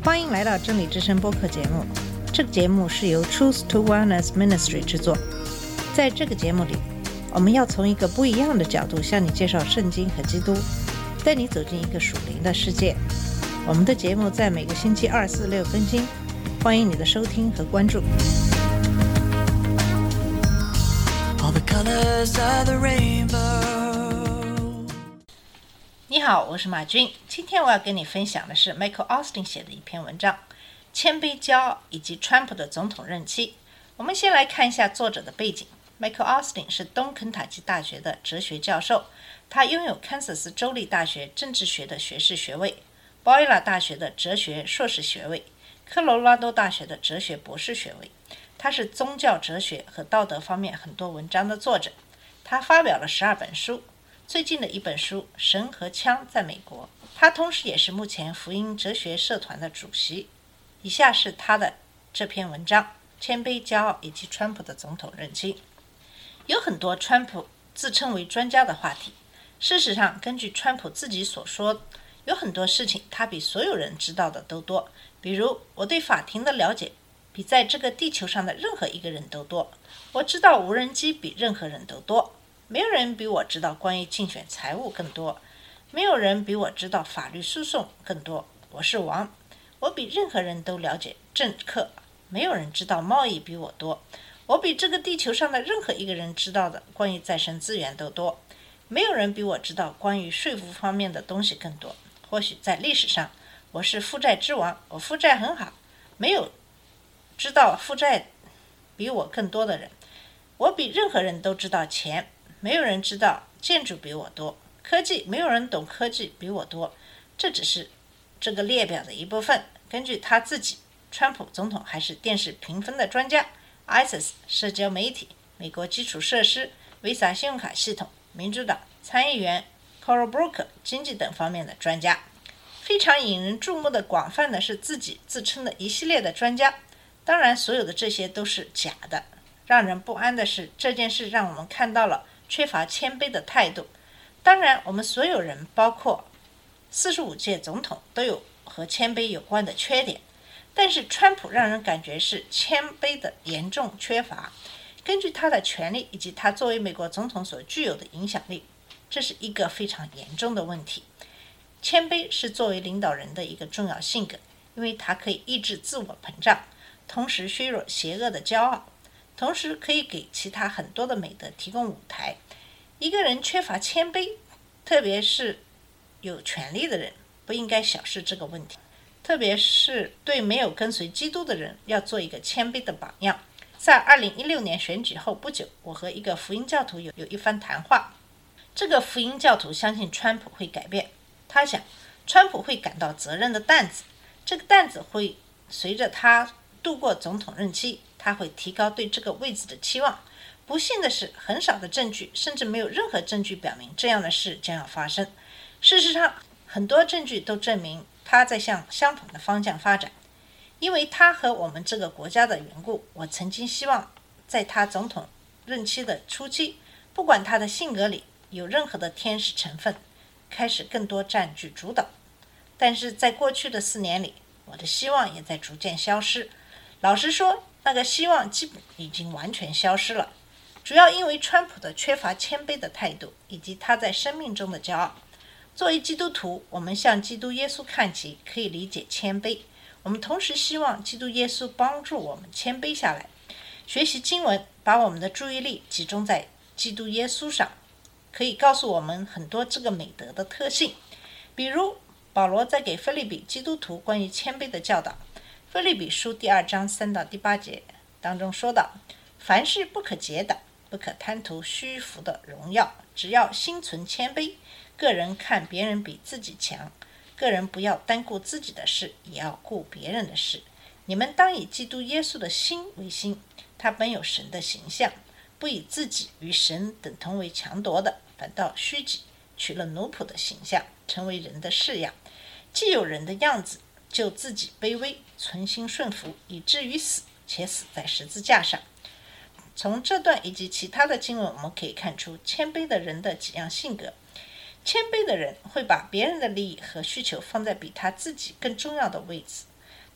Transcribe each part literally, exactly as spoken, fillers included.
欢迎来到真理之声播客节目。这个节目是由 Truth to Wellness Ministry 制作。在这个节目里，我们要从一个不一样的角度向你介绍圣经和基督，带你走进一个属灵的世界。我们的节目在每个星期二、四、六更新，欢迎你的收听和关注。All the colors of the rainbow。 你好，我是马军。今天我要跟你分享的是 Michael Austin 写的一篇文章，谦卑、骄傲以及川普的总统任期。我们先来看一下作者的背景。 Michael Austin 是东肯塔基大学的哲学教授，他拥有堪萨斯州立大学政治学的学士学位，鲍伊拉大学的哲学硕士学位，科罗拉多大学的哲学博士学位。他是宗教哲学和道德方面很多文章的作者，他发表了十二本书，最近的一本书《神和枪在美国》。他同时也是目前福音哲学社团的主席。以下是他的这篇文章：谦卑、骄傲以及川普的总统任期。有很多川普自称为专家的话题，事实上根据川普自己所说，有很多事情他比所有人知道的都多。比如，我对法庭的了解比在这个地球上的任何一个人都多，我知道无人机比任何人都多，没有人比我知道关于竞选财务更多，没有人比我知道法律诉讼更多。我是王，我比任何人都了解政客，没有人知道贸易比我多，我比这个地球上的任何一个人知道的关于再生资源都多，没有人比我知道关于税负方面的东西更多。或许在历史上我是负债之王，我负债很好，没有知道负债比我更多的人。我比任何人都知道钱，没有人知道建筑比我多，科技没有人懂科技比我多。这只是这个列表的一部分。根据他自己，川普总统还是电视评分的专家， I S I S 社交媒体、美国基础设施、Visa 信用卡系统、民主党参议员 Cory Booker 经济等方面的专家。非常引人注目的广泛的是自己自称的一系列的专家。当然所有的这些都是假的。让人不安的是，这件事让我们看到了缺乏谦卑的态度。当然我们所有人包括四十五届总统都有和谦卑有关的缺点，但是川普让人感觉是谦卑的严重缺乏。根据他的权力以及他作为美国总统所具有的影响力，这是一个非常严重的问题。谦卑是作为领导人的一个重要性格，因为它可以抑制自我膨胀，同时削弱邪恶的骄傲，同时可以给其他很多的美德提供舞台。一个人缺乏谦卑，特别是有权力的人，不应该小视这个问题，特别是对没有跟随基督的人，要做一个谦卑的榜样。在二零一六年选举后不久，我和一个福音教徒有有一番谈话。这个福音教徒相信川普会改变，他想川普会感到责任的担子，这个担子会随着他度过总统任期，他会提高对这个位置的期望。不幸的是，很少的证据，甚至没有任何证据表明这样的事将要发生。事实上，很多证据都证明他在向相反的方向发展。因为他和我们这个国家的缘故，我曾经希望在他总统任期的初期，不管他的性格里有任何的天使成分，开始更多占据主导。但是在过去的四年里，我的希望也在逐渐消失。老实说，那个希望基本已经完全消失了，主要因为川普的缺乏谦卑的态度，以及他在生命中的骄傲。作为基督徒，我们向基督耶稣看齐，可以理解谦卑。我们同时希望基督耶稣帮助我们谦卑下来。学习经文，把我们的注意力集中在基督耶稣上，可以告诉我们很多这个美德的特性。比如保罗在给腓立比基督徒关于谦卑的教导，腓立比书第二章三到第八节当中说道：凡事不可结党，不可贪图虚浮的荣耀，只要心存谦卑，个人看别人比自己强，个人不要单顾自己的事，也要顾别人的事。你们当以基督耶稣的心为心，他本有神的形象，不以自己与神等同为强夺的，反倒虚己，取了奴仆的形象，成为人的式样。既有人的样子，就自己卑微，存心顺服，以至于死，且死在十字架上。从这段以及其他的经文，我们可以看出谦卑的人的几样性格。谦卑的人会把别人的利益和需求放在比他自己更重要的位置，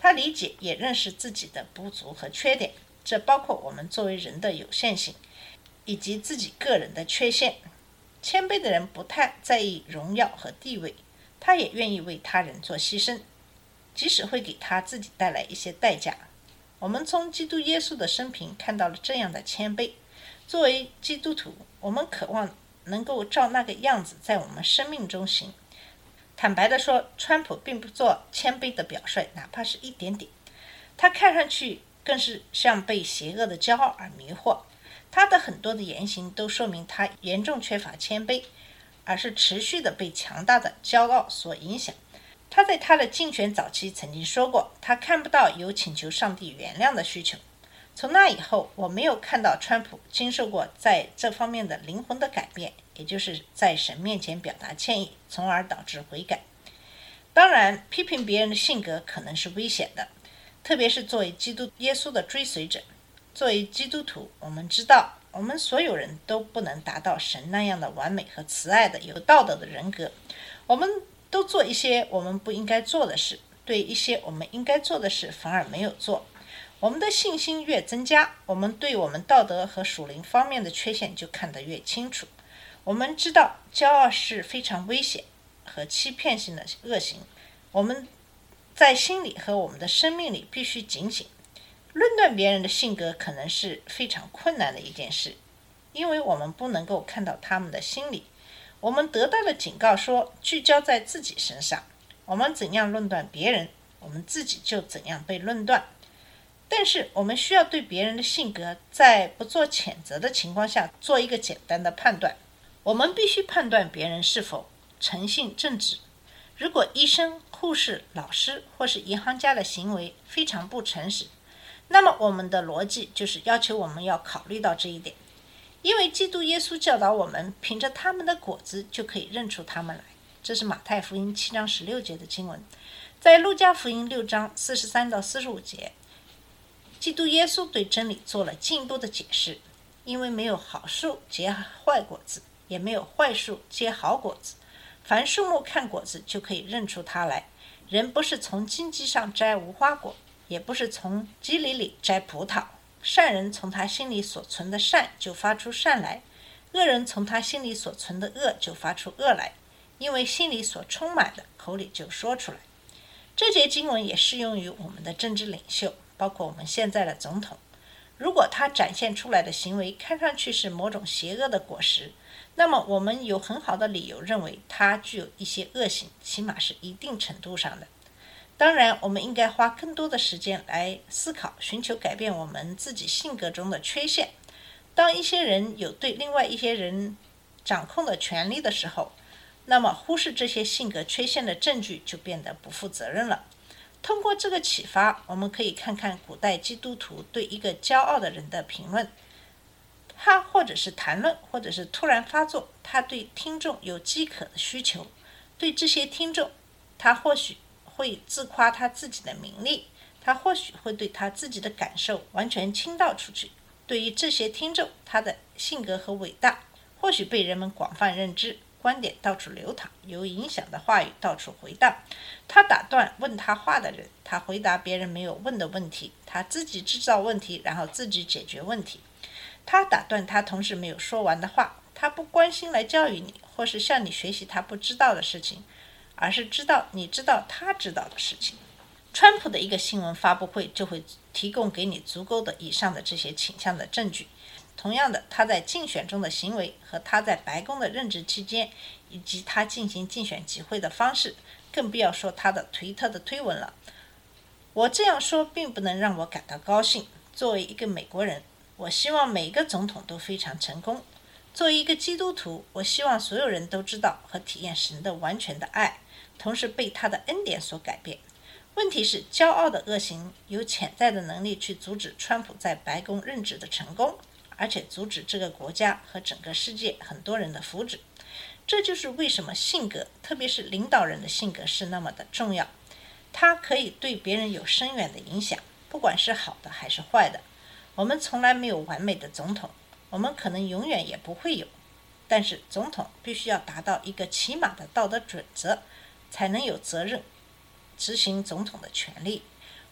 他理解也认识自己的不足和缺点，这包括我们作为人的有限性，以及自己个人的缺陷。谦卑的人不太在意荣耀和地位，他也愿意为他人做牺牲，即使会给他自己带来一些代价。我们从基督耶稣的生平看到了这样的谦卑。作为基督徒，我们渴望能够照那个样子在我们生命中行。坦白地说，川普并不做谦卑的表率，哪怕是一点点。他看上去更是像被邪恶的骄傲而迷惑。他的很多的言行都说明他严重缺乏谦卑，而是持续的被强大的骄傲所影响。他在他的竞选早期曾经说过，他看不到有请求上帝原谅的需求。从那以后，我没有看到川普经受过在这方面的灵魂的改变，也就是在神面前表达歉意，从而导致悔改。当然，批评别人的性格可能是危险的，特别是作为基督耶稣的追随者。作为基督徒，我们知道我们所有人都不能达到神那样的完美和慈爱的有道德的人格。我们都做一些我们不应该做的事，对一些我们应该做的事反而没有做。我们的信心越增加，我们对我们道德和属灵方面的缺陷就看得越清楚。我们知道骄傲是非常危险和欺骗性的恶行，我们在心里和我们的生命里必须警醒。论断别人的性格可能是非常困难的一件事，因为我们不能够看到他们的心理。我们得到的警告说，聚焦在自己身上，我们怎样论断别人，我们自己就怎样被论断。但是我们需要对别人的性格在不做谴责的情况下做一个简单的判断。我们必须判断别人是否诚信正直。如果医生、护士、老师或是银行家的行为非常不诚实，那么我们的逻辑就是要求我们要考虑到这一点。因为基督耶稣教导我们，凭着他们的果子就可以认出他们来。这是马太福音七章十六节的经文。在路加福音六章四十三到四十五节，基督耶稣对真理做了进一步的解释。因为没有好树结坏果子，也没有坏树结好果子。凡树木看果子就可以认出它来。人不是从荆棘上摘无花果，也不是从基里里摘葡萄。善人从他心里所存的善就发出善来，恶人从他心里所存的恶就发出恶来，因为心里所充满的，口里就说出来。这节经文也适用于我们的政治领袖，包括我们现在的总统。如果他展现出来的行为看上去是某种邪恶的果实，那么我们有很好的理由认为他具有一些恶行，起码是一定程度上的。当然，我们应该花更多的时间来思考，寻求改变我们自己性格中的缺陷。当一些人有对另外一些人掌控的权利的时候，那么忽视这些性格缺陷的证据就变得不负责任了。通过这个启发，我们可以看看古代基督徒对一个骄傲的人的评论。他或者是谈论，或者是突然发作，他对听众有饥渴的需求。对这些听众，他或许会自夸他自己的名利，他或许会对他自己的感受完全倾倒出去。对于这些听众，他的性格和伟大或许被人们广泛认知，观点到处流淌，有影响的话语到处回荡。他打断问他话的人，他回答别人没有问的问题，他自己制造问题，然后自己解决问题。他打断他同事没有说完的话，他不关心来教育你，或是向你学习他不知道的事情，而是知道你知道他知道的事情。川普的一个新闻发布会就会提供给你足够的以上的这些倾向的证据。同样的，他在竞选中的行为和他在白宫的任职期间，以及他进行竞选集会的方式，更不要说他的推特的推文了。我这样说并不能让我感到高兴。作为一个美国人，我希望每一个总统都非常成功。作为一个基督徒，我希望所有人都知道和体验神的完全的爱，同时被他的恩典所改变。问题是，骄傲的恶行有潜在的能力去阻止川普在白宫任职的成功，而且阻止这个国家和整个世界很多人的福祉。这就是为什么性格，特别是领导人的性格是那么的重要。它可以对别人有深远的影响，不管是好的还是坏的。我们从来没有完美的总统，我们可能永远也不会有，但是总统必须要达到一个起码的道德准则，才能有责任执行总统的权利。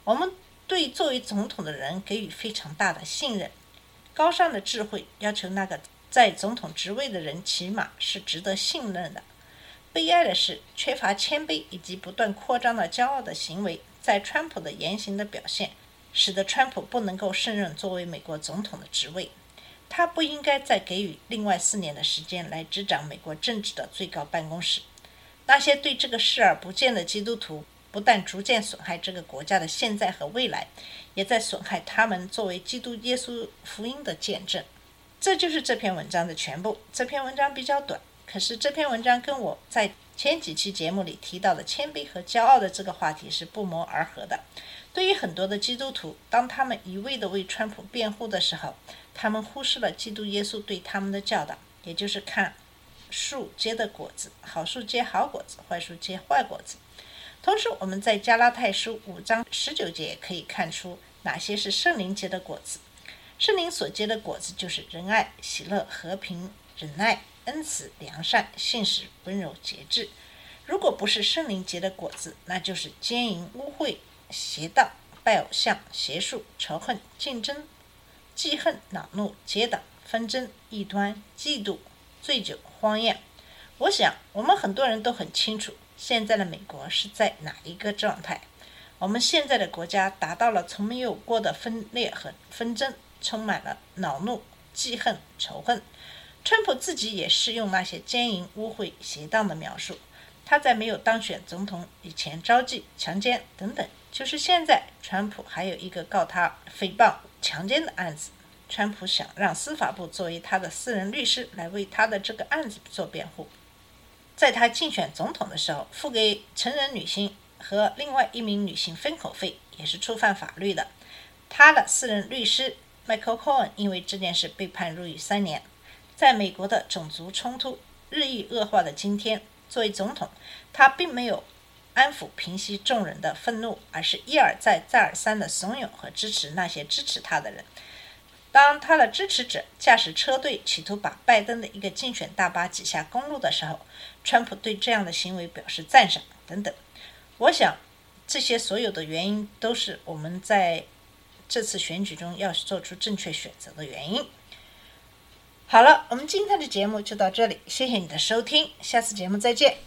我们对作为总统的人给予非常大的信任，高尚的智慧要求那个在总统职位的人起码是值得信任的。悲哀的是，缺乏谦卑以及不断扩张的骄傲的行为，在川普的言行的表现，使得川普不能够胜任作为美国总统的职位。他不应该再给予另外四年的时间来执掌美国政治的最高办公室。那些对这个视而不见的基督徒，不但逐渐损害这个国家的现在和未来，也在损害他们作为基督耶稣福音的见证。这就是这篇文章的全部。这篇文章比较短，可是这篇文章跟我在前几期节目里提到的谦卑和骄傲的这个话题是不谋而合的。对于很多的基督徒，当他们一味地为川普辩护的时候，他们忽视了基督耶稣对他们的教导，也就是看树结的果子，好树结好果子，坏树结坏果子。同时我们在加拉太书五章十九节也可以看出哪些是圣灵结的果子。圣灵所结的果子就是仁爱、喜乐、和平、忍耐、恩慈、良善、信实、温柔、节制。如果不是圣灵结的果子，那就是奸淫、污秽、邪荡、拜偶像、邪术、仇恨、竞争、记恨、恼怒、结党、纷争、异端、嫉妒、醉酒、荒宴。我想我们很多人都很清楚现在的美国是在哪一个状态。我们现在的国家达到了从没有过的分裂和纷争，充满了恼怒、记恨、仇恨。川普自己也是用那些奸淫、污秽、邪荡的描述。他在没有当选总统以前招妓、强奸等等，就是现在川普还有一个告他诽谤、强奸的案子。川普想让司法部作为他的私人律师来为他的这个案子做辩护。在他竞选总统的时候，付给成人女性和另外一名女性分口费，也是触犯法律的。他的私人律师 Michael Cohen 因为这件事被判入狱三年。在美国的种族冲突日益恶化的今天，作为总统，他并没有安抚平息众人的愤怒，而是一而再再而三地怂恿和支持那些支持他的人。当他的支持者驾驶车队企图把拜登的一个竞选大巴挤下公路的时候，川普对这样的行为表示赞赏等等。我想这些所有的原因都是我们在这次选举中要做出正确选择的原因。好了，我们今天的节目就到这里，谢谢你的收听，下次节目再见。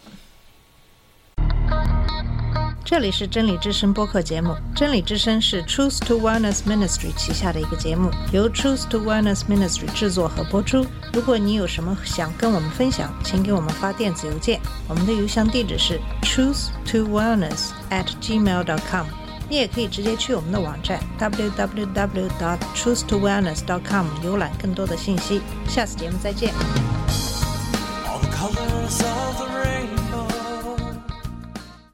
这里是真理之声播客节目，真理之声是 Truth to Wellness Ministry 旗下的一个节目，由 Truth to Wellness Ministry 制作和播出。如果你有什么想跟我们分享，请给我们发电子邮件，我们的邮箱地址是 truth to wellness at gmail dot com。 你也可以直接去我们的网站 double-u double-u double-u dot truth to wellness dot com 浏览更多的信息。下次节目再见。